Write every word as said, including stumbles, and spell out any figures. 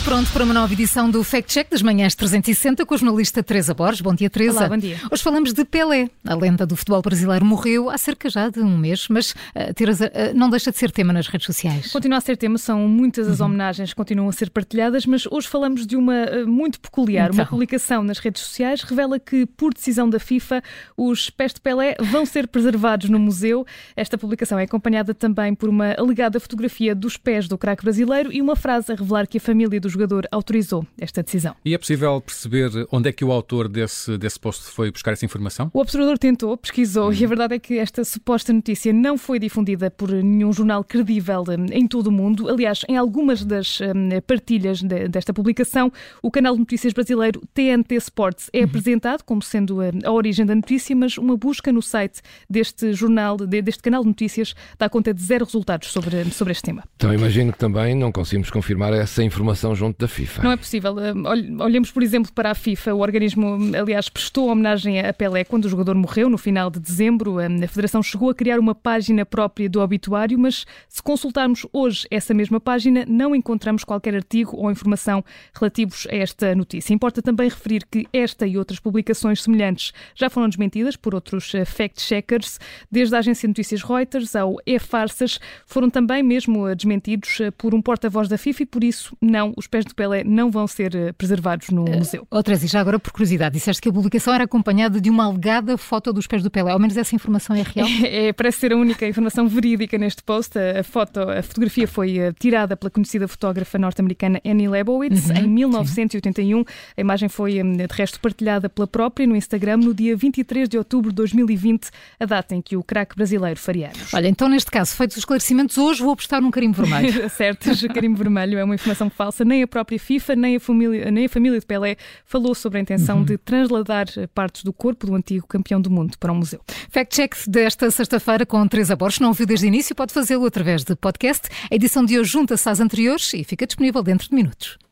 pronto para uma nova edição do Fact Check das Manhãs trezentos e sessenta com a jornalista Teresa Borges. Bom dia, Teresa. Olá, bom dia. Hoje falamos de Pelé. A lenda do futebol brasileiro morreu há cerca já de um mês, mas, uh, Teresa, uh, não deixa de ser tema nas redes sociais. Continua a ser tema, são muitas as uhum. homenagens que continuam a ser partilhadas, mas hoje falamos de uma uh, muito peculiar. Então. Uma publicação nas redes sociais revela que, por decisão da FIFA, os pés de Pelé vão ser preservados no museu. Esta publicação é acompanhada também por uma alegada fotografia dos pés do craque brasileiro e uma frase a revelar que a família do jogador autorizou esta decisão. E é possível perceber onde é que o autor desse, desse post foi buscar essa informação? O observador tentou, pesquisou uhum. e a verdade é que esta suposta notícia não foi difundida por nenhum jornal credível em todo o mundo. Aliás, em algumas das um, partilhas de, desta publicação, o canal de notícias brasileiro T N T Sports é uhum. apresentado como sendo a, a origem da notícia, mas uma busca no site deste jornal, de, deste canal de notícias, dá conta de zero resultados sobre, sobre este tema. Então imagino que também não conseguimos confirmar essa informação junto da FIFA. Não é possível. Olhemos, por exemplo, para a FIFA. O organismo, aliás, prestou homenagem a Pelé quando o jogador morreu, no final de dezembro. A Federação chegou a criar uma página própria do obituário, mas se consultarmos hoje essa mesma página, não encontramos qualquer artigo ou informação relativos a esta notícia. Importa também referir que esta e outras publicações semelhantes já foram desmentidas por outros fact-checkers, desde a agência de notícias Reuters ao E-Farsas, foram também mesmo desmentidos por um porta-voz da FIFA e, por isso, não, os pés de Pelé não vão ser preservados no uh, museu. Oh, Teresa, já agora por curiosidade, disseste que a publicação era acompanhada de uma alegada foto dos pés do Pelé. Ao menos essa informação é real? É, é, parece ser a única informação verídica neste post. A, foto, a fotografia foi uh, tirada pela conhecida fotógrafa norte-americana Annie Leibovitz uhum, em mil novecentos e oitenta e um. Sim. A imagem foi, um, de resto, partilhada pela própria no Instagram no dia vinte e três de outubro de dois mil e vinte, a data em que o craque brasileiro faria anos. Olha, então neste caso, feitos os esclarecimentos, hoje vou apostar num carimbo vermelho. Certo, o carimbo vermelho é uma informação falsa. Nem a própria FIFA, nem a família, nem a família de Pelé falou sobre a intenção uhum. de transladar partes do corpo do antigo campeão do mundo para um museu. Fact-check desta sexta-feira com Teresa Borges. Não ouviu desde o início, pode fazê-lo através de podcast. A edição de hoje junta-se às anteriores e fica disponível dentro de minutos.